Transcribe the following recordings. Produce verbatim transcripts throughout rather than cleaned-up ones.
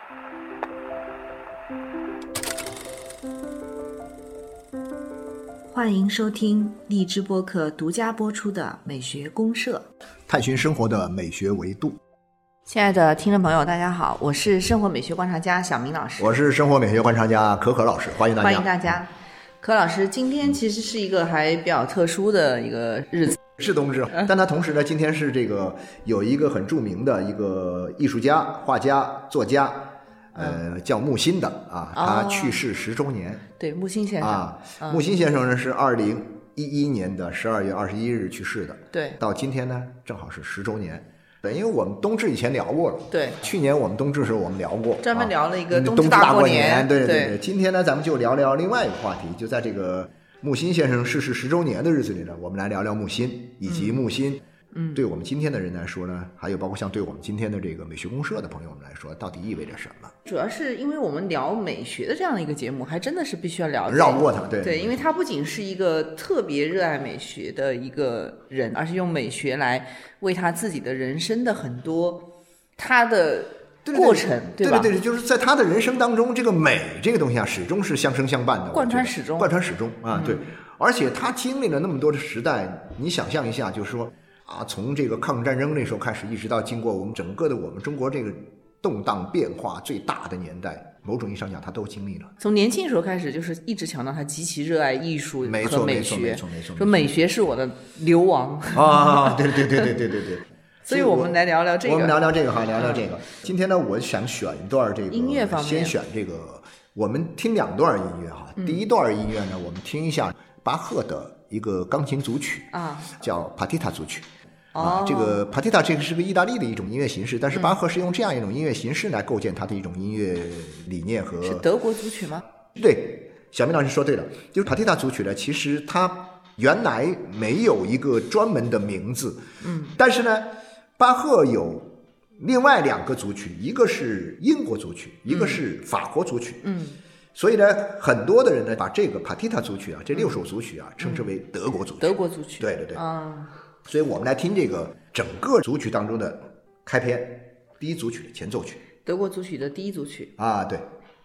欢迎收听荔枝播客独家播出的美学公社， 探寻生活的美学维度。 亲爱的听众朋友大家好，我是生活美学观察家小明老师。 我是生活美学观察家可可老师，欢迎大家。 欢迎大家。可老师，今天其实是一个还比较特殊的一个日子， 是冬至，但他同时呢，今天是这个有一个很著名的一个艺术家、画家、作家，呃，叫木心的啊，他去世十周年。哦、 对，木心先生啊，木心先生呢是二零一一年的十二月二十一日去世的。 对， 到今天呢，正好是十周年。对，因为我们冬至以前聊过了。 对， 去年我们冬至的时候我们聊过， 专门聊了一个冬至大过年。 对对对, 对, 对。今天呢，咱们就聊聊另外一个话题，就在这个木心先生逝世十周年的日子里呢，我们来聊聊木心以及木心。嗯，对我们今天的人来说呢，还有包括像对我们今天的这个美学公社的朋友们来说，到底意味着什么？ 主要是因为我们聊美学的这样的一个节目，还真的是必须要了解， 绕不过它。对对，因为他不仅是一个特别热爱美学的一个人，而是用美学来为他自己的人生的很多他的过程， 对吧？ 对对对，就是在他的人生当中，这个美这个东西啊，始终是相生相伴的， 贯穿始终， 贯穿始终啊， 嗯、 对。而且他经历了那么多的时代，你想象一下，就是说。啊，从这个抗日战争那时候开始，一直到经过我们整个的我们中国这个动荡变化最大的年代，某种意义上讲，他都经历了。 从年轻时候开始，就是一直强调他极其热爱艺术和美学， 没错没错没错， 说美学是我的流亡啊！对对对对对对对。 所以我们来聊聊这个， 我们聊聊这个哈，聊聊这个。今天呢，我想选一段这个音乐方面， 先选这个，我们听两段音乐哈。嗯、第一段音乐呢，我们听一下巴赫的一个钢琴组曲啊， 叫帕蒂塔组曲。 啊， 这个帕蒂塔这个是个意大利的一种音乐形式，但是巴赫是用这样一种音乐形式来构建他的一种音乐理念和。 是德国组曲吗？ 对，小明老师说对了，就是帕蒂塔组曲呢，其实它原来没有一个专门的名字， 嗯， 但是呢，巴赫有另外两个组曲，一个是英国组曲，一个是法国组曲， 嗯。 所以呢，很多的人呢把这个帕蒂塔组曲啊，这六首组曲啊，嗯、称之为德国组曲。 德国组曲， 对对对。 啊。 所以我们来听这个整个组曲当中的开篇，第一组曲的前奏曲， 德国组曲的第一组曲啊，对。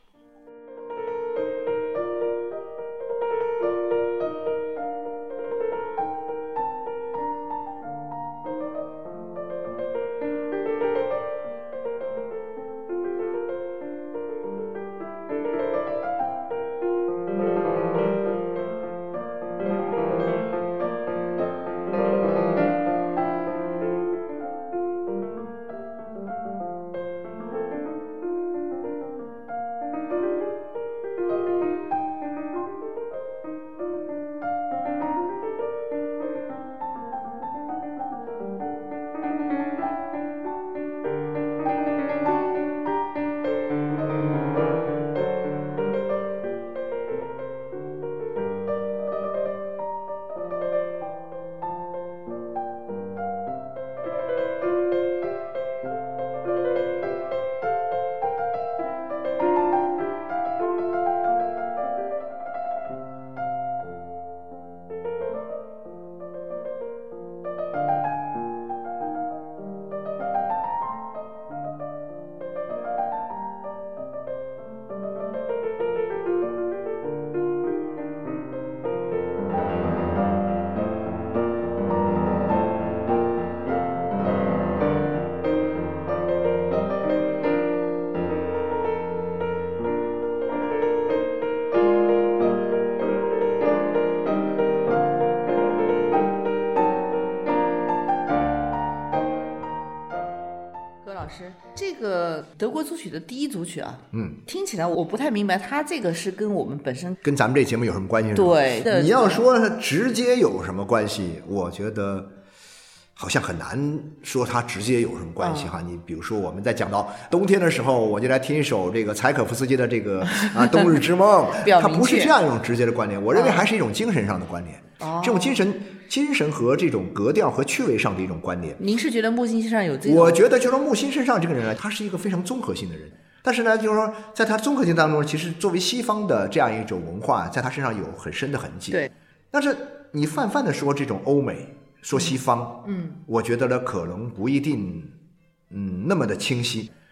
这个德国组曲的第一组曲啊， 嗯， 听起来我不太明白，它这个是跟我们本身跟咱们这节目有什么关系？ 对， 你要说直接有什么关系，我觉得好像很难说它直接有什么关系哈。嗯、你比如说我们在讲到冬天的时候，我就来听一首这个柴可夫斯基的这个啊《冬日之梦》，它不是这样一种直接的关联，我认为还是一种精神上的关联。哦、这种精神。精神和这种格调和趣味上的一种关联。 您是觉得木心身上有这种？ 我觉得就是说木心身上这个人呢，他是一个非常综合性的人。但是呢，就是说在他综合性当中，其实作为西方的这样一种文化，在他身上有很深的痕迹。 对。 但是你泛泛的说这种欧美，说西方， 嗯， 我觉得呢可能不一定，嗯，那么的清晰。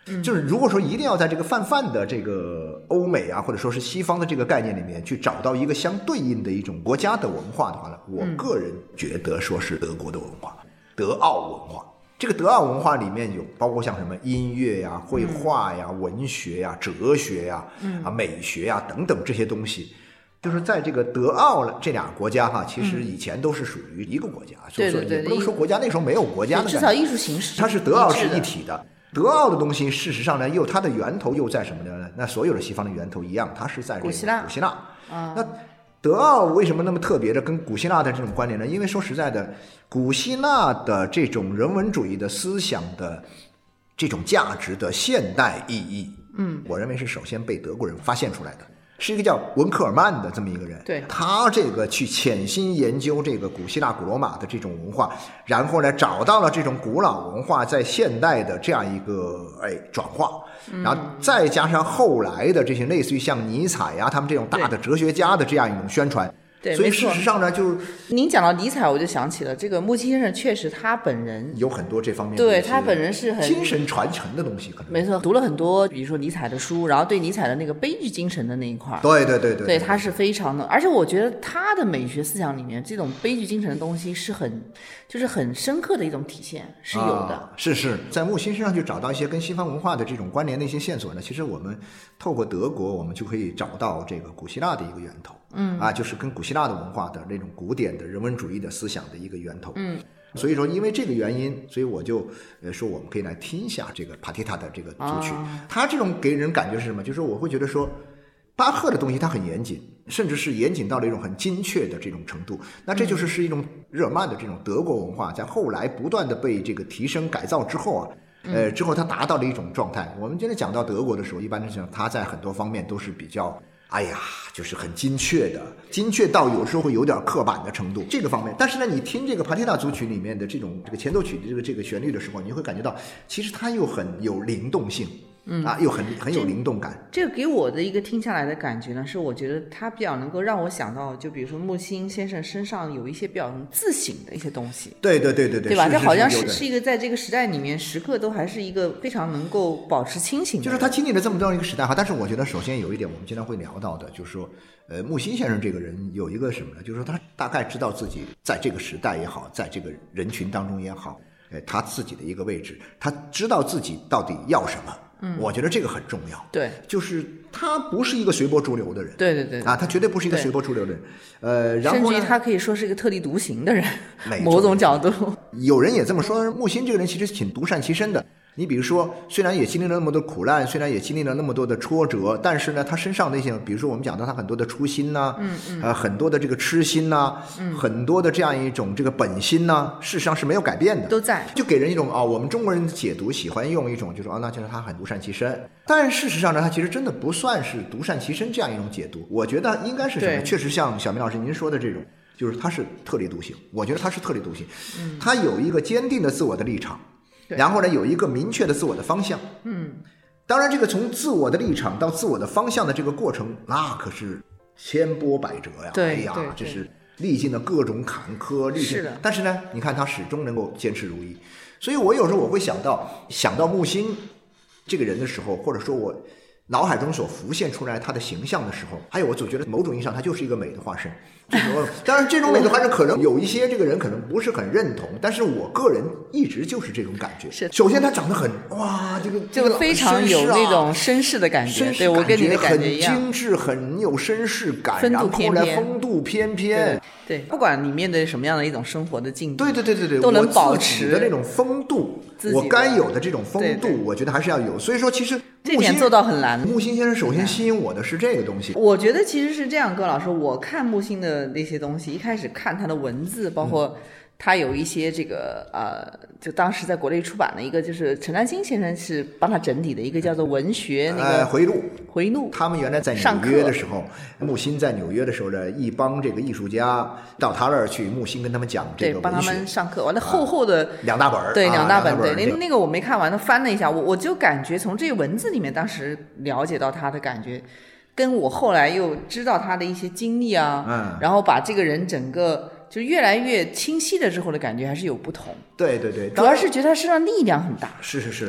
就是如果说一定要在这个泛泛的这个欧美啊，或者说是西方的这个概念里面去找到一个相对应的一种国家的文化的话呢，我个人觉得说是德国的文化，德奥文化。这个德奥文化里面有包括像什么音乐呀、绘画呀、文学呀、哲学呀、啊美学呀等等这些东西。就是在这个德奥这俩国家哈，其实以前都是属于一个国家，所以说也不能说国家，那时候没有国家的感觉， 至少艺术形式它是德奥是一体的。德奥的东西，事实上呢，又它的源头又在什么呢？那所有的西方的源头一样，它是在古希腊。 古希腊。 啊， 那德奥为什么那么特别的跟古希腊的这种关联呢？因为说实在的，古希腊的这种人文主义的思想的这种价值的现代意义，嗯，我认为是首先被德国人发现出来的。是一个叫文克尔曼的这么一个人， 对， 他这个去潜心研究这个古希腊、古罗马的这种文化，然后呢找到了这种古老文化在现代的这样一个哎转化，然后再加上后来的这些类似于像尼采呀、啊、他们这种大的哲学家的这样一种宣传。 对， 所以事实上呢，就您讲到尼采，我就想起了这个木心先生，确实他本人有很多这方面对他本人是很精神传承的东西，可能没错，读了很多，比如说尼采的书，然后对尼采的那个悲剧精神的那一块， 对对对对， 对他是非常的，而且我觉得他的美学思想里面这种悲剧精神的东西是很，就是很深刻的一种体现，是有的。 啊、是是，在木心身上去找到一些跟西方文化的这种关联的一些线索呢。其实我们透过德国，我们就可以找到这个古希腊的一个源头。嗯啊，就是跟古希腊的文化的那种古典的人文主义的思想的一个源头。嗯，所以说因为这个原因，所以我就呃说我们可以来听一下这个帕蒂塔的这个组曲。啊、他这种给人感觉是什么？就是我会觉得说，巴赫的东西它很严谨，甚至是严谨到了一种很精确的这种程度。那这就是是一种日耳曼的这种德国文化，在后来不断的被这个提升改造之后啊。呃，之后它达到了一种状态。我们今天讲到德国的时候，一般是讲它在很多方面都是比较。哎呀，就是很精确的，精确到有时候会有点刻板的程度，这个方面。但是呢，你听这个帕蒂塔组曲里面的这种这个前奏曲的这个这个旋律的时候，你会感觉到，其实它又很有灵动性。嗯啊，又很很有灵动感。 这个给我的一个听下来的感觉呢，是我觉得他比较能够让我想到，就比如说木心先生身上有一些比较自省的一些东西。 对对对对对， 对吧？这好像是是一个在这个时代里面，时刻都还是一个非常能够保持清醒的。 就是他经历了这么多一个时代哈，但是我觉得首先有一点我们经常会聊到的，就是说，呃，木心先生这个人有一个什么呢？就是说他大概知道自己在这个时代也好，在这个人群当中也好，呃，他自己的一个位置，他知道自己到底要什么。嗯，我觉得这个很重要。 对， 就是他不是一个随波逐流的人。 对对对， 啊，他绝对不是一个随波逐流的人。呃，然后甚至于他可以说是一个特立独行的人，某种角度。 有人也这么说，木心这个人其实挺独善其身的。你比如说，虽然也经历了那么多苦难，虽然也经历了那么多的挫折，但是呢，他身上那些，比如说我们讲到他很多的初心呐、啊，嗯嗯，呃，很多的这个痴心呐、啊，嗯，很多的这样一种这个本心呐、啊，事实上是没有改变的， 都在， 就给人一种啊、哦，我们中国人的解读喜欢用一种就是啊、哦，那就是他很独善其身，但事实上呢，他其实真的不算是独善其身这样一种解读。我觉得应该是什么？确实像小明老师您说的这种，就是他是特立独行。我觉得他是特立独行，嗯，他有一个坚定的自我的立场。然后呢，有一个明确的自我的方向。嗯，当然，这个从自我的立场到自我的方向的这个过程，那可是千波百折呀！ 对， 哎呀，这是历尽了各种坎坷，历尽。 是的。 但是呢，你看他始终能够坚持如一。所以我有时候我会想到，想到木心这个人的时候，或者说我脑海中所浮现出来他的形象的时候，还有我总觉得某种意义上他就是一个美的化身。当然这种美的化身可能有一些这个人可能不是很认同，但是我个人一直就是这种感觉。 是， 首先他长得很哇，这个就非常有那种绅士的感觉，对，我跟你的感觉一样， 很精致，很有绅士感， 风度翩翩， 然后风度翩翩。 对，不管你面对什么样的一种生活的境地， 对对对对对， 都能保持的那种风度，我该有的这种风度，我觉得还是要有。所以说，其实这点做到很难。 木心先生首先吸引我的是这个东西。 我觉得其实是这样，葛老师，我看木心的那些东西，一开始看他的文字，包括他有一些这个呃，就当时在国内出版的一个，就是陈丹青先生是帮他整理的一个叫做文学那个、 呃、回路。 回路。 他们原来在纽约的时候，木心在纽约的时候呢，一帮这个艺术家到他那儿去，木心跟他们讲这个文学， 对，帮他们上课。完了厚厚的、啊、 两大本， 对，两大本， 啊、 对，那那个我没看完，他翻了一下，我我就感觉从这个文字里面，当时了解到他的感觉。跟我后来又知道他的一些经历啊，嗯，然后把这个人整个就越来越清晰了之后的感觉还是有不同。 对对对， 主要是觉得他身上力量很大。 是是是，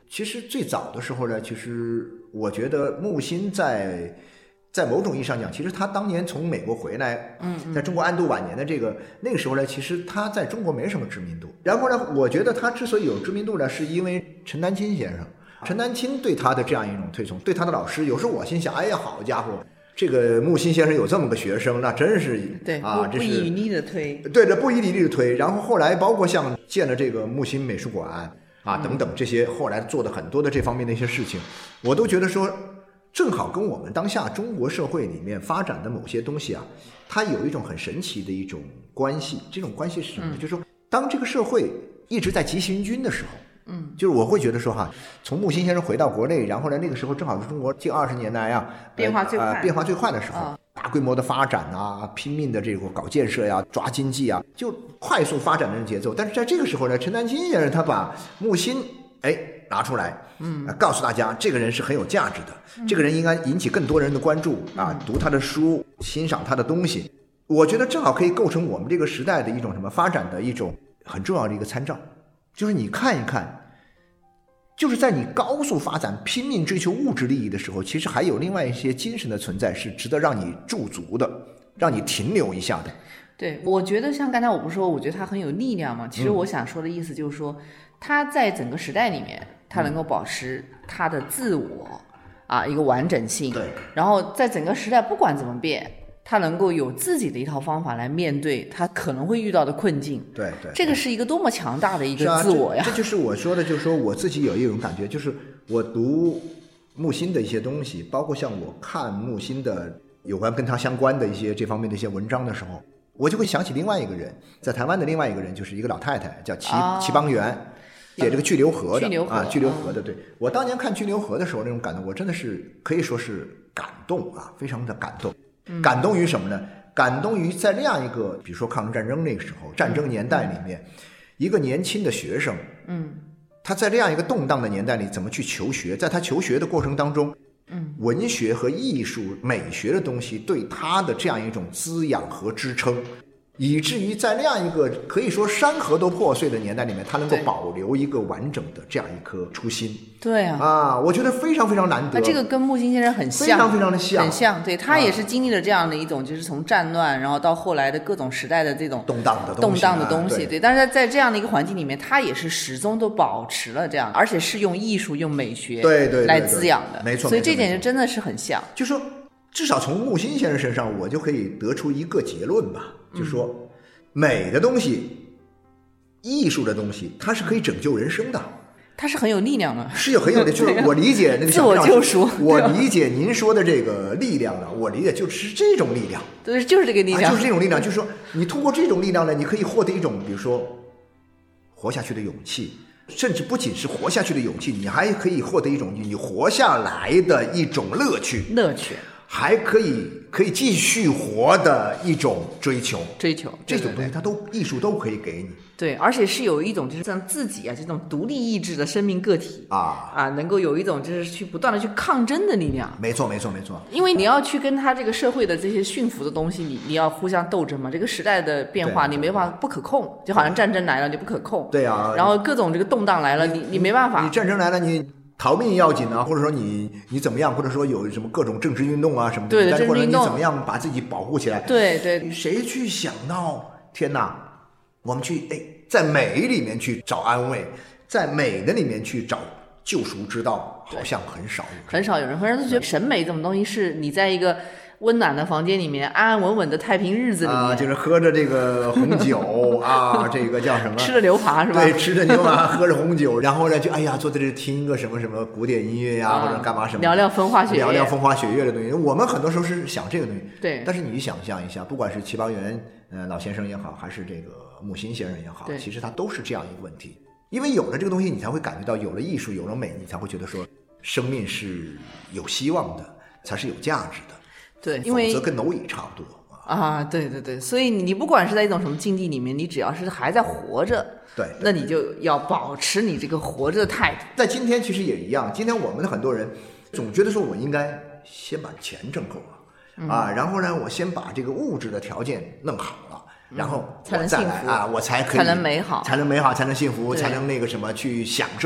其实最早的时候呢，其实我觉得木心在在某种意义上讲，其实他当年从美国回来， 嗯， 在中国安度晚年的这个那个时候呢，其实他在中国没什么知名度。然后呢，我觉得他之所以有知名度呢，是因为陈丹青先生，陈丹青对他的这样一种推崇，对他的老师，有时候我心想，哎呀，好家伙，这个木心先生有这么个学生，那真是对啊， 不遗余力的推， 对的，不遗余力的推。然后后来包括像建了这个木心美术馆啊等等这些，后来做的很多的这方面的一些事情，我都觉得说，正好跟我们当下中国社会里面发展的某些东西啊，它有一种很神奇的一种关系。这种关系是什么呢？嗯、就是说，当这个社会一直在急行军的时候。嗯，就是我会觉得说哈，从木心先生回到国内，然后呢，那个时候正好是中国近二十年来啊， 变化最快、 呃、变化最快的时候， 哦、 大规模的发展啊，拼命的这个搞建设呀、啊，抓经济啊，就快速发展的节奏。但是在这个时候呢，陈丹青先生他把木心哎拿出来，嗯、呃，告诉大家这个人是很有价值的，嗯、这个人应该引起更多人的关注啊，嗯、读他的书，欣赏他的东西。我觉得正好可以构成我们这个时代的一种什么发展的一种很重要的一个参照。就是你看一看，就是在你高速发展、拼命追求物质利益的时候，其实还有另外一些精神的存在是值得让你驻足的，让你停留一下的。 对，我觉得像刚才我不是说，我觉得他很有力量嘛。其实我想说的意思就是说，嗯、他在整个时代里面，他能够保持他的自我、嗯、啊一个完整性。 对。然后在整个时代不管怎么变，他能够有自己的一套方法来面对他可能会遇到的困境。 对对， 这个是一个多么强大的一个自我呀！ 啊、这, 这就是我说的，就是说我自己有一种感觉，就是我读木心的一些东西，包括像我看木心的有关跟他相关的一些这方面的一些文章的时候，我就会想起另外一个人，在台湾的另外一个人，就是一个老太太叫齐、哦、齐邦媛，写这个巨流河的啊，巨流河的。对，我当年看巨流河的时候，那种感动，我真的是可以说是感动啊，非常的感动。感动于什么呢？感动于在那样一个，比如说抗日战争那个时候，战争年代里面，嗯、一个年轻的学生，嗯，他在这样一个动荡的年代里怎么去求学？在他求学的过程当中，嗯，文学和艺术、美学的东西对他的这样一种滋养和支撑，以至于在那样一个可以说山河都破碎的年代里面，他能够保留一个完整的这样一颗初心。 对啊， 啊，我觉得非常非常难得。 那这个跟木心先生很像， 非常非常的像， 很像。对，他也是经历了这样的一种，就是从战乱，然后到后来的各种时代的这种动荡的动荡的东西。 对， 对，但是在这样的一个环境里面，他也是始终都保持了这样，而且是用艺术、用美学对对来滋养的。 没错， 所以这点就真的是很像。 就说至少从木心先生身上，我就可以得出一个结论吧，就说。嗯美的东西，艺术的东西，它是可以拯救人生的， 它是很有力量的， 是有很有的。就是我理解那个自我救赎， 我理解您说的这个力量呢，我理解就是这种力量， 对，就是这个力量， 啊、就是这种力量，就是说你通过这种力量呢，你可以获得一种，比如说活下去的勇气，甚至不仅是活下去的勇气，你还可以获得一种你活下来的一种乐趣， 乐趣。 还可以可以继续活的一种追求， 追求这种东西，它都艺术都可以给你。 对，而且是有一种就是像自己啊这种独立意志的生命个体啊啊，能够有一种就是去不断的去抗争的力量。 没错，没错，没错。 因为你要去跟他这个社会的这些驯服的东西，你你要互相斗争嘛。这个时代的变化你没办法不可控，就好像战争来了你不可控。 对啊。 然后各种这个动荡来了，你你没办法。 你战争来了你。逃命要紧啊，或者说你你怎么样，或者说有什么各种政治运动啊什么的， 对， 或者你怎么样把自己保护起来？ 对对， 谁去想到天哪，我们去哎在美里面去找安慰，在美的里面去找救赎之道，好像很少很少有人，很多人都觉得审美这种东西是你在一个温暖的房间里面安安稳稳的太平日子里面啊，就是喝着这个红酒啊，这个叫什么？ 吃着牛扒是吧？ 对，吃着牛扒，喝着红酒，然后呢就哎呀，坐在这听个什么什么古典音乐呀、啊，或者干嘛什么， 聊聊风花雪月， 聊聊风花雪月的东西。我们很多时候是想这个东西， 对。 但是你想象一下，不管是齐邦媛呃老先生也好，还是这个木心先生也好，其实他都是这样一个问题。因为有了这个东西，你才会感觉到有了艺术，有了美，你才会觉得说生命是有希望的，才是有价值的。 对，因为否则跟蝼蚁差不多啊！对对对，所以你不管是在一种什么境地里面，你只要是还在活着， 对， 那你就要保持你这个活着的态度。 在今天其实也一样，今天我们的很多人总觉得说我应该先把钱挣够了、嗯、啊，然后呢，我先把这个物质的条件弄好了，嗯、然后我再来啊，我才可以才能美好， 才能美好，才能幸福，才能那个什么去享受。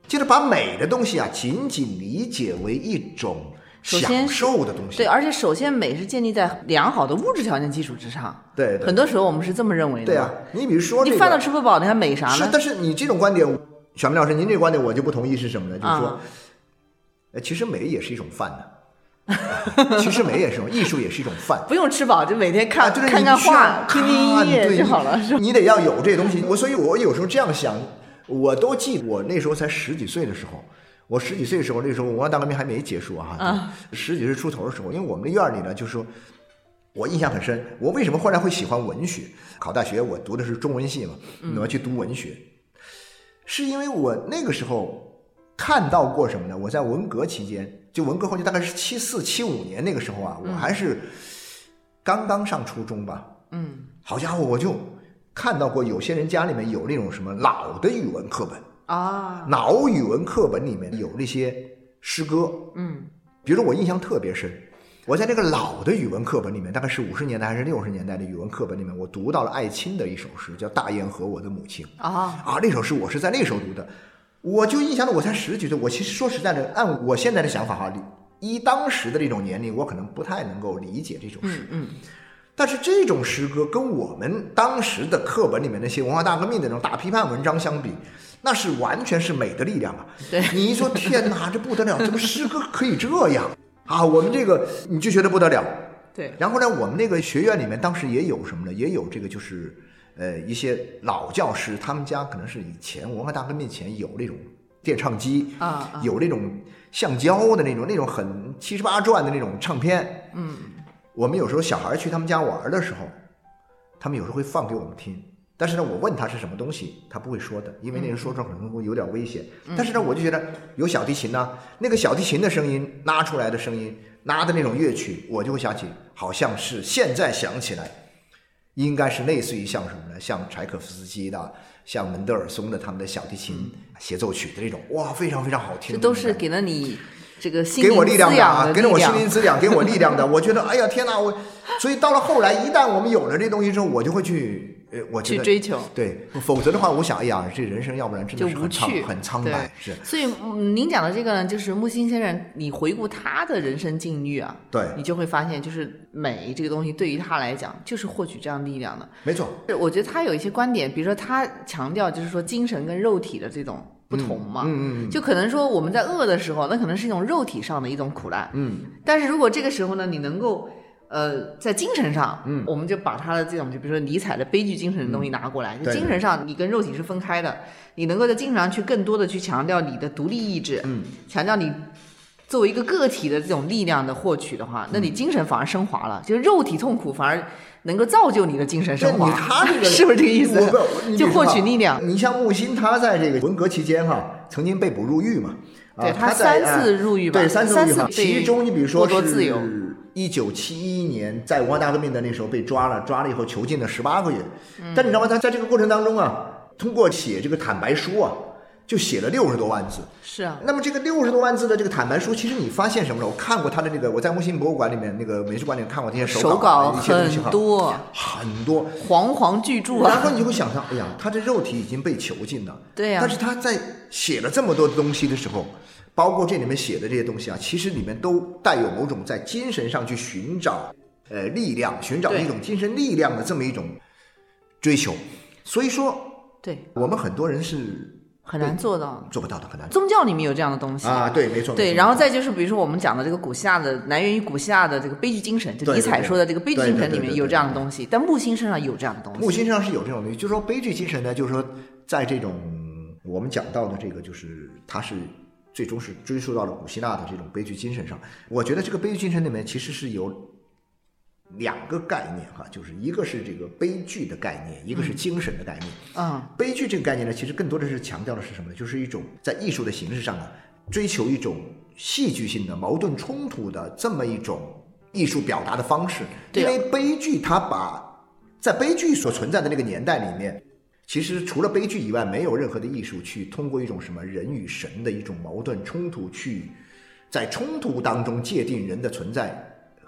就是把美的东西啊，仅仅理解为一种享受的东西。 对，而且首先美是建立在良好的物质条件基础之上。 对，对很多时候我们是这么认为的。 对啊，你比如说、这个， 你饭都吃不饱，你还美啥呢？ 是，但是你这种观点，小明老师，您这个观点我就不同意，是什么呢？就是说， 嗯、 其实美也是一种饭呢。其实美也是一种艺术，也是一种饭。 不用吃饱，就每天看、 啊、就是看看画、听听音乐就好了。 你, 你得要有这东西。我所以，我有时候这样想，我都记，我那时候才十几岁的时候，我十几岁的时候，那时候文化大革命还没结束啊， 啊十几岁出头的时候，因为我们的院里呢，就是说。我印象很深，我为什么后来会喜欢文学？考大学我读的是中文系嘛，我要去读文学，嗯、是因为我那个时候看到过什么呢？我在文革期间，就文革后期大概是七四七五年那个时候啊，我还是刚刚上初中吧， 嗯， 好家伙，我就看到过有些人家里面有那种什么老的语文课本啊， 老语文课本里面有那些诗歌， 嗯， 比如说我印象特别深。我在那个老的语文课本里面，大概是五十年代还是六十年代的语文课本里面，我读到了艾青的一首诗，叫《大雁和我的母亲》 啊啊，那首诗我是在那时候读的，我就印象到我才十几岁，我其实说实在的，按我现在的想法哈，依当时的这种年龄，我可能不太能够理解这首诗， 嗯嗯， 但是这种诗歌跟我们当时的课本里面那些文化大革命的那种大批判文章相比，那是完全是美的力量啊！ 对， 你一说天哪，这不得了，怎么诗歌可以这样？啊，我们这个你就觉得不得了， 对。 然后呢，我们那个学院里面当时也有什么呢？也有这个就是呃一些老教师，他们家可能是以前文化大革命前有那种电唱机啊，啊有那种橡胶的那种那种很七十八转的那种唱片。 嗯， 我们有时候小孩去他们家玩的时候，他们有时候会放给我们听。但是呢，我问他是什么东西，他不会说的，因为那个说出来可能会有点危险。嗯、但是呢，我就觉得有小提琴呢、啊，那个小提琴的声音拉出来的声音，拉的那种乐曲，我就会想起，好像是现在想起来，应该是类似于像什么呢？像柴可夫斯基的，像门德尔松的他们的小提琴协奏曲的这种，哇，非常非常好听。 这都是给了你这个心灵滋养的，给我力量的，给了我心灵滋养，给我力量的。我觉得，哎呀，天哪！我所以到了后来，一旦我们有了这东西之后，我就会去。呃，我去追求， 对，否则的话，我想，哎呀，这人生要不然真的是很苍很苍白，是。 所以、嗯，您讲的这个呢，就是木心先生，你回顾他的人生境遇啊， 对， 你就会发现，就是美这个东西对于他来讲，就是获取这样力量的。 没错， 我觉得他有一些观点，比如说他强调就是说精神跟肉体的这种不同嘛， 嗯嗯嗯， 就可能说我们在饿的时候，那可能是一种肉体上的一种苦难， 嗯， 但是如果这个时候呢，你能够。呃，在精神上， 嗯， 我们就把他的这种，就比如说尼采的悲剧精神的东西拿过来， 嗯、 就精神上你跟肉体是分开的，你能够在精神上去更多的去强调你的独立意志， 嗯， 强调你作为一个个体的这种力量的获取的话，那你精神反而升华了，就是肉体痛苦反而能够造就你的精神升华。 你他这个是不是这个意思？就获取力量。 你像木心，他在这个文革期间哈，曾经被捕入狱嘛， 对、啊、他三次入狱吧， 对，三次入狱哈，其中你比如说是一九七一年在文化大革命的那时候被抓了，抓了以后囚禁了十八个月。嗯、但你知道吗？他在这个过程当中啊，通过写这个坦白书啊，就写了六十多万字。 是啊。 那么这个六十多万字的这个坦白书，其实你发现什么呢？我看过他的这个，我在木心博物馆里面那个美术馆里面看过这些手稿， 手稿很多很多， 煌煌巨著啊。 然后你就会想到，哎呀，他这肉体已经被囚禁了。 对呀、啊。 但是他在写了这么多东西的时候。包括这里面写的这些东西啊，其实里面都带有某种在精神上去寻找，呃，力量，寻找一种精神力量的这么一种追求。所以说， 对我们很多人是很难做到， 做不到的，很难。 宗教里面有这样的东西啊，对，没错。 对，然后再就是比如说我们讲的这个古希腊的，来源于古希腊的这个悲剧精神，就尼采说的这个悲剧精神里面有这样的东西，但木心身上有这样的东西。 木心身上是有这种东西，就是说悲剧精神呢，就是说在这种我们讲到的这个，就是它是。最终是追溯到了古希腊的这种悲剧精神上。我觉得这个悲剧精神里面其实是有两个概念哈，就是一个是这个悲剧的概念，一个是精神的概念。 嗯， 悲剧这个概念呢，其实更多的是强调的是什么呢？就是一种在艺术的形式上啊，追求一种戏剧性的矛盾冲突的这么一种艺术表达的方式。因为悲剧它把在悲剧所存在的那个年代里面。其实除了悲剧以外，没有任何的艺术去通过一种什么人与神的一种矛盾冲突，去在冲突当中界定人的存在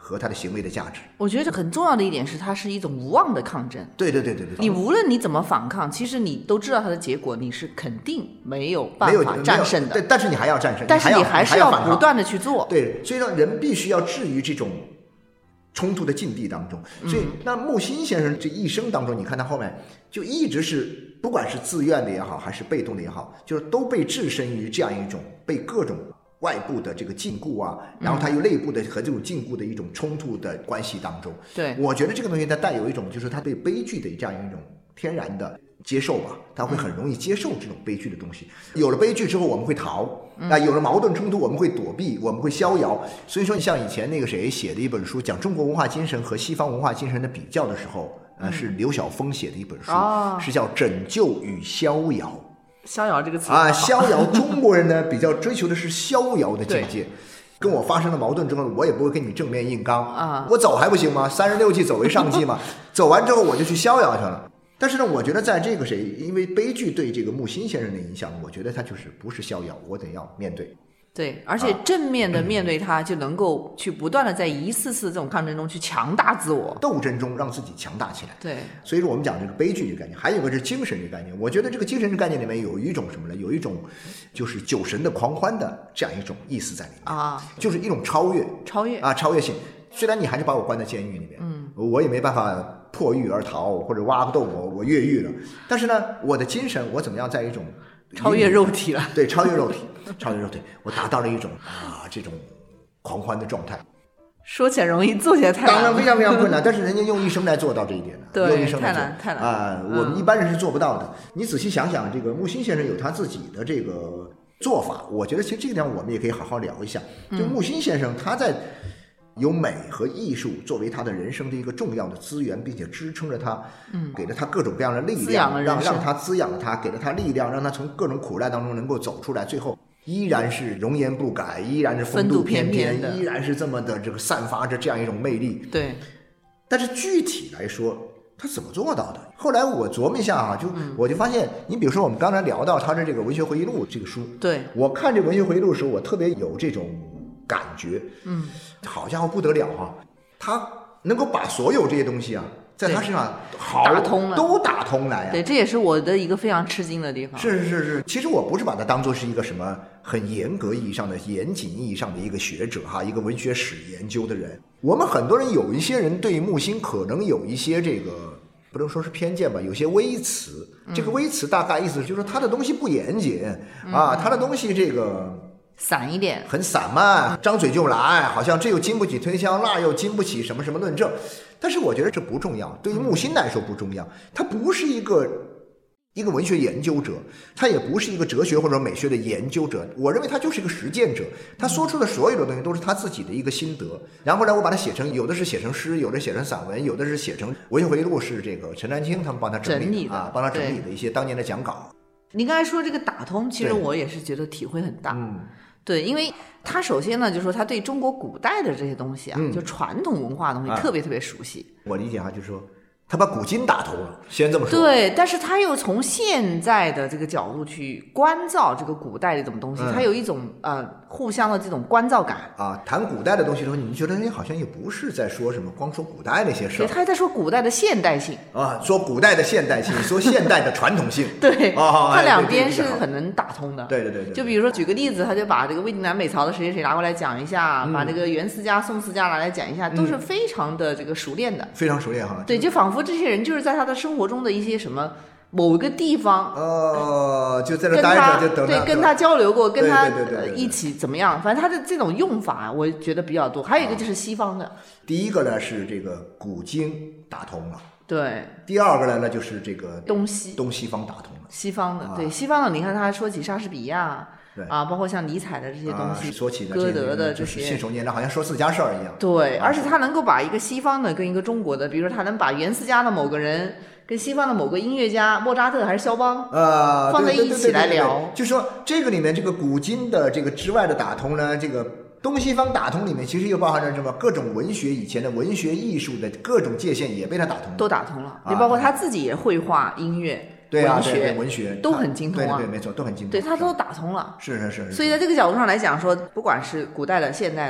和他的行为的价值。 我觉得很重要的一点是，它是一种无望的抗争。 对对对对对， 你无论你怎么反抗，其实你都知道它的结果，你是肯定没有办法战胜的。 对，但是你还要战胜， 但是你还是要不断的去做。 对，所以说人必须要置于这种冲突的境地当中。所以那木心先生这一生当中，你看他后面就一直是，不管是自愿的也好，还是被动的也好，就是都被置身于这样一种被各种外部的这个禁锢啊，然后他又内部的和这种禁锢的一种冲突的关系当中。 对， 我觉得这个东西它带有一种就是他对悲剧的这样一种天然的接受吧，他会很容易接受这种悲剧的东西。有了悲剧之后，我们会逃啊；有了矛盾冲突，我们会躲避，我们会逍遥。所以说，像以前那个谁写的一本书，讲中国文化精神和西方文化精神的比较的时候，呃，是刘晓峰写的一本书， 哦、 是叫《拯救与逍遥》。 逍遥这个词啊，逍遥，中国人呢比较追求的是逍遥的境界。跟我发生了矛盾之后，我也不会跟你正面硬刚啊， 我走还不行吗？三十六计走为上计嘛，走完之后我就去逍遥去了。但是呢，我觉得在这个谁，因为悲剧对这个木心先生的影响，我觉得他就是不是逍遥，我得要面对。 对，而且正面的面对它，就能够去不断的在一次次这种抗争中去强大自我， 斗争中让自己强大起来。 对， 所以说我们讲这个悲剧这个概念，还有一个是精神这个概念。我觉得这个精神这个概念里面有一种什么呢？有一种就是酒神的狂欢的这样一种意思在里面啊， 就是一种超越， 超越啊，超越性。虽然你还是把我关在监狱里面，嗯，我也没办法破狱而逃，或者挖个洞我我越狱了，但是呢，我的精神我怎么样在一种超越肉体了？ 对，超越肉体，超越肉体，我达到了一种啊这种狂欢的状态。 说起来容易，做起来太难了。 当然非常非常困难，但是人家用一生来做到这一点的， 对， 用一生来做太难太难啊、呃！我们一般人是做不到的。嗯、你仔细想想，这个木心先生有他自己的这个做法，我觉得其实这个地方我们也可以好好聊一下。就木心先生他在有美和艺术作为他的人生的一个重要的资源，并且支撑着他，嗯，给了他各种各样的力量，让让他滋养了他，给了他力量，让他从各种苦难当中能够走出来，最后依然是容颜不改，依然是风度翩翩，依然是这么的这个散发着这样一种魅力。 对， 但是具体来说，他怎么做到的？后来我琢磨一下啊，就、嗯、我就发现，你比如说我们刚才聊到他的这个文学回忆录这个书， 对， 我看这文学回忆录的时候，我特别有这种感觉， 嗯， 好家伙不得了啊！他能够把所有这些东西啊，在他身上好打通了， 都打通来啊！ 对，这也是我的一个非常吃惊的地方。 是是是是，其实我不是把它当作是一个什么很严格意义上的、严谨意义上的一个学者哈，一个文学史研究的人。我们很多人有一些人对木心可能有一些这个不能说是偏见吧，有些微词。这个微词大概意思就是说他的东西不严谨、嗯、啊，他的东西这个。 散一点， 很散漫，张嘴就来，好像这又经不起推销，那又经不起什么什么论证。但是我觉得这不重要，对于木心来说不重要。他不是一个一个文学研究者，他也不是一个哲学或者美学的研究者。我认为他就是一个实践者，他说出的所有的东西都是他自己的一个心得。然后呢，我把它写成，有的是写成诗，有的写成散文，有的是写成文学回忆录，是这个陈丹青他们帮他整理, 整理的啊，帮他整理的一些当年的讲稿。 你刚才说这个打通，其实我也是觉得体会很大。 嗯。 对，因为他首先呢，就是说他对中国古代的这些东西啊，嗯、就传统文化的东西特别特别熟悉。 我理解哈，就是说他把古今打通了，先这么说。 对，但是他又从现在的这个角度去关照这个古代的这种东西，嗯、他有一种呃互相的这种关照感啊。谈古代的东西的时候，你觉得哎，好像也不是在说什么光说古代那些事儿， 他在说古代的现代性啊，说古代的现代性，说现代的传统性。 对， 啊， 他两边是很能打通的。 对对对对。 就比如说举个例子，他就把这个魏晋南北朝的谁谁谁拿过来讲一下，嗯、把这个元思家、宋思家拿来讲一下，都是非常的这个熟练的， 非常熟练哈。 对，就仿佛这些人就是在他的生活中的一些什么某一个地方， 呃，就在这待着，就等对，跟他交流过，跟他对对对对对一起怎么样？反正他的这种用法，我觉得比较多。还有一个就是西方的，啊、 第一个呢是这个古今打通了， 对； 第二个呢，那就是这个东西东西方打通了， 西方的， 啊、 对西方的。你看他说起莎士比亚。啊，包括像尼采的这些东西， 啊、说起的歌德的这些， 信手拈来，好像说自家事儿一样。 对， 啊、 而且他能够把一个西方的跟一个中国的，比如说他能把元思家的某个人跟西方的某个音乐家莫扎特还是肖邦， 呃， 放在一起来聊。 就说这个里面这个古今的这个之外的打通呢，这个东西方打通里面其实又包含着什么？各种文学以前的文学艺术的各种界限也被他打通了， 都打通了。也、啊、包括他自己也绘画、音乐。 对啊， 文学对对文学都很精通啊， 对对没错，都很精通。 对，他都打通了。 是是是是。 所以在这个角度上来讲说，不管是古代的、现代的， 嗯，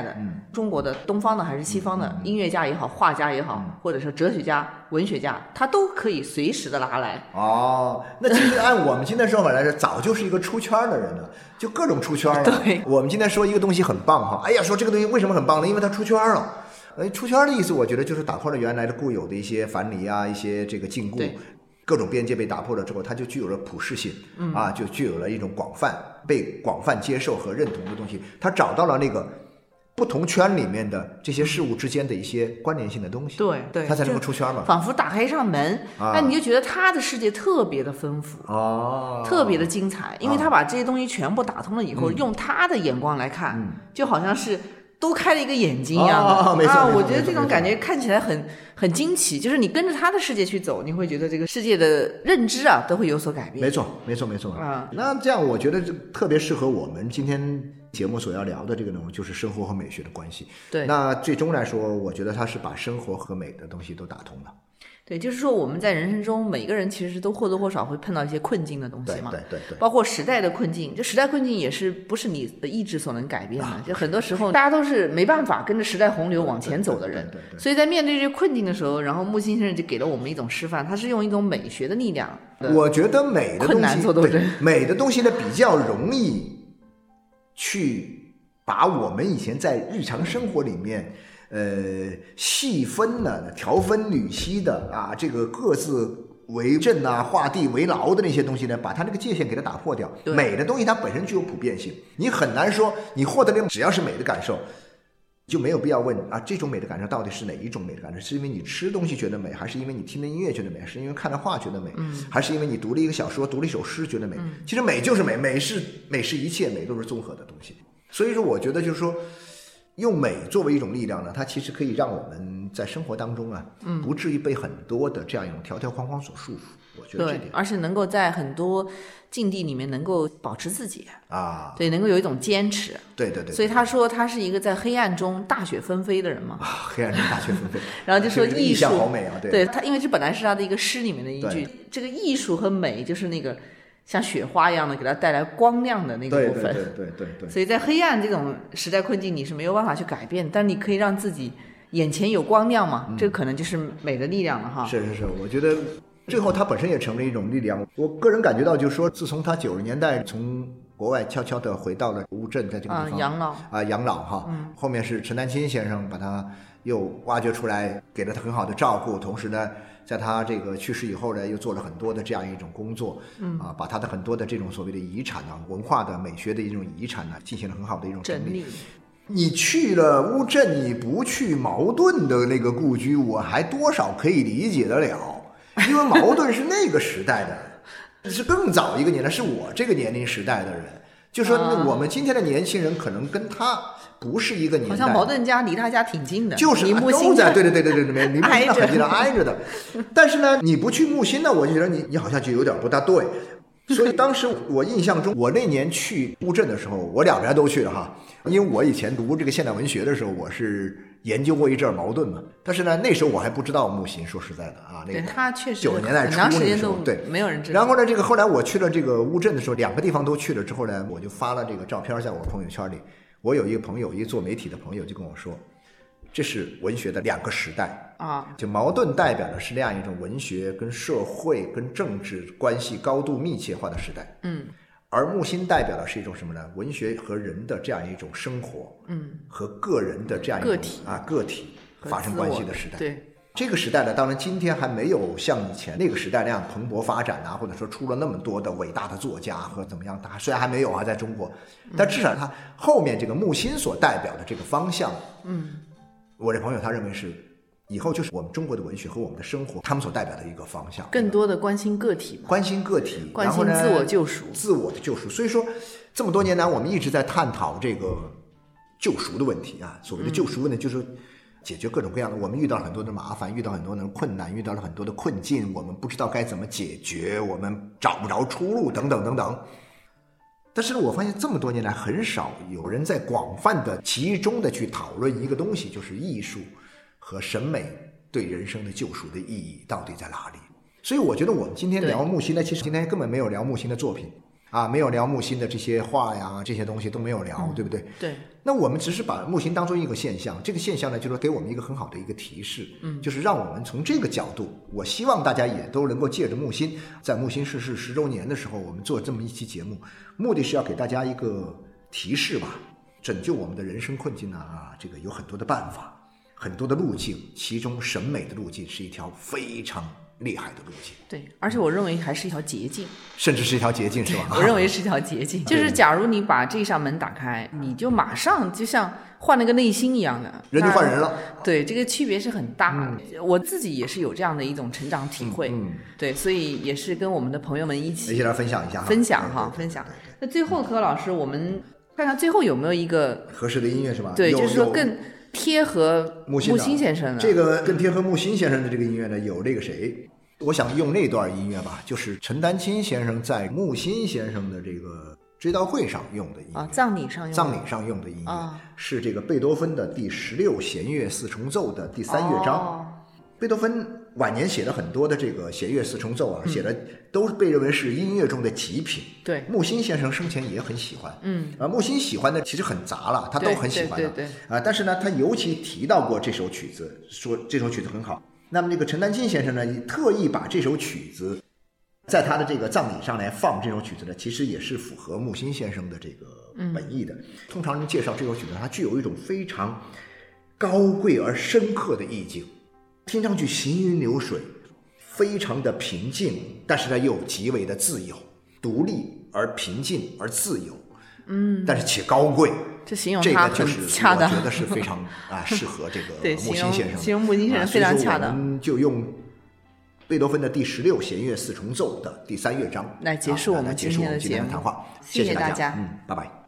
中国的东方的还是西方的音乐家也好，画家也好，或者说哲学家、文学家，他都可以随时的拉来。 哦，那其实按我们今天说法来说，早就是一个出圈的人了，就各种出圈了。 对， 我们今天说一个东西很棒哈，哎呀，说这个东西为什么很棒呢？因为它出圈了。呃，出圈的意思，我觉得就是打破了原来的固有的一些樊篱啊，一些这个禁锢。各种边界被打破了之后，它就具有了普适性，嗯、啊，就具有了一种广泛被广泛接受和认同的东西。它找到了那个不同圈里面的这些事物之间的一些关联性的东西， 对对， 它才能够出圈嘛。 仿佛打开一扇门，那、啊、你就觉得他的世界特别的丰富， 哦， 特别的精彩，因为他把这些东西全部打通了以后，嗯、用他的眼光来看，嗯、就好像是。都开了一个眼睛一样的、 哦、没错啊！我觉得这种感觉看起来很很惊奇，就是你跟着他的世界去走，你会觉得这个世界的认知啊都会有所改变。 没错，没错，没错啊！ 那这样我觉得特别适合我们今天节目所要聊的这个内容，就是生活和美学的关系。 对， 那最终来说，我觉得它是把生活和美的东西都打通了。 对，就是说我们在人生中每个人其实都或多或少会碰到一些困境的东西嘛， 对对 对, 对， 包括时代的困境，这时代困境也是不是你的意志所能改变的，啊、就很多时候大家都是没办法跟着时代洪流往前走的人， 对对对对对， 所以在面对这些困境的时候，然后木心先生就给了我们一种示范，他是用一种美学的力量， 我觉得美的东西困难做斗争， 美的东西呢比较容易去把我们以前在日常生活里面。呃，细分的、条分缕析的啊，这个各自为阵啊、画地为牢的那些东西呢，把它那个界限给它打破掉。美的东西它本身具有普遍性，你很难说你获得的只要是美的感受，就没有必要问啊，这种美的感受到底是哪一种美的感受？是因为你吃东西觉得美，还是因为你听的音乐觉得美，还是因为看的画觉得美， 嗯、 还是因为你读了一个小说、读了一首诗觉得美？ 嗯、 其实美就是美，美是美是一切，美都是综合的东西。所以说，我觉得就是说。用美作为一种力量呢，它其实可以让我们在生活当中啊， 嗯、 不至于被很多的这样一种条条框框所束缚。我觉得这点， 而是能够在很多境地里面能够保持自己啊， 对，能够有一种坚持。 对对 对, 对。 所以他说他是一个在黑暗中大雪纷飞的人嘛。 啊，黑暗中大雪纷飞。 然后就说艺术好美啊，对。 对他，因为这本来是他的一个诗里面的一句，这个艺术和美就是那个。像雪花一样的给它带来光亮的那个部分， 对对对对 对, 对。 所以在黑暗这种时代困境，你是没有办法去改变，但你可以让自己眼前有光亮嘛，嗯、这可能就是美的力量了哈。 是是是，我觉得最后它本身也成了一种力量。我个人感觉到，就是说，自从他九十年代从国外悄悄地回到了乌镇，在这个地方啊养老啊养老哈、 嗯， 后面是陈丹青先生把他又挖掘出来，给了他很好的照顾，同时呢。在他这个去世以后呢，又做了很多的这样一种工作， 嗯啊，把他的很多的这种所谓的遗产啊、文化的美学的一种遗产呢、啊，进行了很好的一种整理。你去了乌镇，你不去茅盾的那个故居，我还多少可以理解得了，因为茅盾是那个时代的，是更早一个年代，是我这个年龄时代的人。就说我们今天的年轻人可能跟他不是一个年代， 好像茅盾家离他家挺近的， 就是离木都在对对对对对对，离木心的很近的挨着的。但是呢，你不去木心呢，我就觉得你你好像就有点不大对。所以当时我印象中，我那年去乌镇的时候，我两边都去了哈，因为我以前读这个现代文学的时候，我是研究过一阵茅盾嘛。但是呢，那时候我还不知道木心，说实在的啊，那个对他确实九十年代初那个时候， 对， 没有人知道。 然后呢，这个后来我去了这个乌镇的时候，两个地方都去了之后呢，我就发了这个照片在我朋友圈里。我有一个朋友，一个做媒体的朋友就跟我说，这是文学的两个时代啊， 就茅盾代表的是那样一种文学跟社会跟政治关系高度密切化的时代， 嗯， 而木心代表的是一种什么呢？文学和人的这样一种生活， 嗯， 和个人的这样一种个体啊个体发生关系的时代， 对。 这个时代呢，当然今天还没有像以前那个时代那样蓬勃发展啊，或者说出了那么多的伟大的作家和怎么样，他虽然还没有啊，在中国，但至少他后面这个木心所代表的这个方向， 嗯， 我这朋友他认为是以后就是我们中国的文学和我们的生活他们所代表的一个方向， 更多的关心个体嘛， 关心个体， 关心自我救赎， 自我的救赎。所以说这么多年来我们一直在探讨这个救赎的问题啊，所谓的救赎问题就是、嗯解决各种各样的，我们遇到了很多的麻烦，遇到很多的困难，遇到了很多的困境，我们不知道该怎么解决，我们找不着出路，等等等等。但是呢，我发现这么多年来，很少有人在广泛的、集中的去讨论一个东西，就是艺术和审美对人生的救赎的意义到底在哪里。所以我觉得我们今天聊木心呢，其实今天根本没有聊木心的作品， 啊，没有聊木心的这些话呀，这些东西都没有聊， 嗯、 对不对？ 对。 那我们只是把木心当做一个现象，这个现象呢，就是给我们一个很好的一个提示，嗯，就是让我们从这个角度，我希望大家也都能够借着木心，在木心逝世十周年的时候，我们做这么一期节目，目的是要给大家一个提示吧，拯救我们的人生困境啊，这个有很多的办法，很多的路径，其中审美的路径是一条非常厉害的路径， 对，而且我认为还是一条捷径， 甚至是一条捷径，是吧？ 我认为是一条捷径，就是假如你把这扇门打开，你就马上就像换了个内心一样的， 人就换人了。 对，这个区别是很大的。嗯、我自己也是有这样的一种成长体会，嗯嗯、对，所以也是跟我们的朋友们一起一起来分享一下， 分享哈，分享。那最后，柯老师，我们看看最后有没有一个合适的音乐，是吧？ 对，就是说更贴合木心先生的这个更贴合木心先生的这个音乐呢，有这个谁？我想用那段音乐吧，就是陈丹青先生在木心先生的这个追悼会上用的音乐， 啊，葬礼上用的葬礼上用的音乐、 啊、 是这个贝多芬的第十六弦乐四重奏的第三乐章。 哦、 贝多芬晚年写了很多的这个弦乐四重奏啊，嗯、写的都被认为是音乐中的极品。 对， 木心先生生前也很喜欢， 嗯啊，木心喜欢的其实很杂了，他都很喜欢的， 对对对对啊，但是呢，他尤其提到过这首曲子，说这首曲子很好。那么这个陈丹青先生呢，特意把这首曲子在他的这个葬礼上来放这首曲子呢，其实也是符合木心先生的这个本意的。嗯、通常人介绍这首曲子，它具有一种非常高贵而深刻的意境，听上去行云流水，非常的平静，但是呢又极为的自由，独立而平静而自由，嗯，但是且高贵。 这形容他很恰当， 这个就是我觉得是非常啊适合这个木心先生。 形容木心先生非常恰当。 啊、我们就用贝多芬的第十六弦乐四重奏的第三乐章来结束我们今天的节目。 谈话， 谢谢大大家， 嗯，拜拜。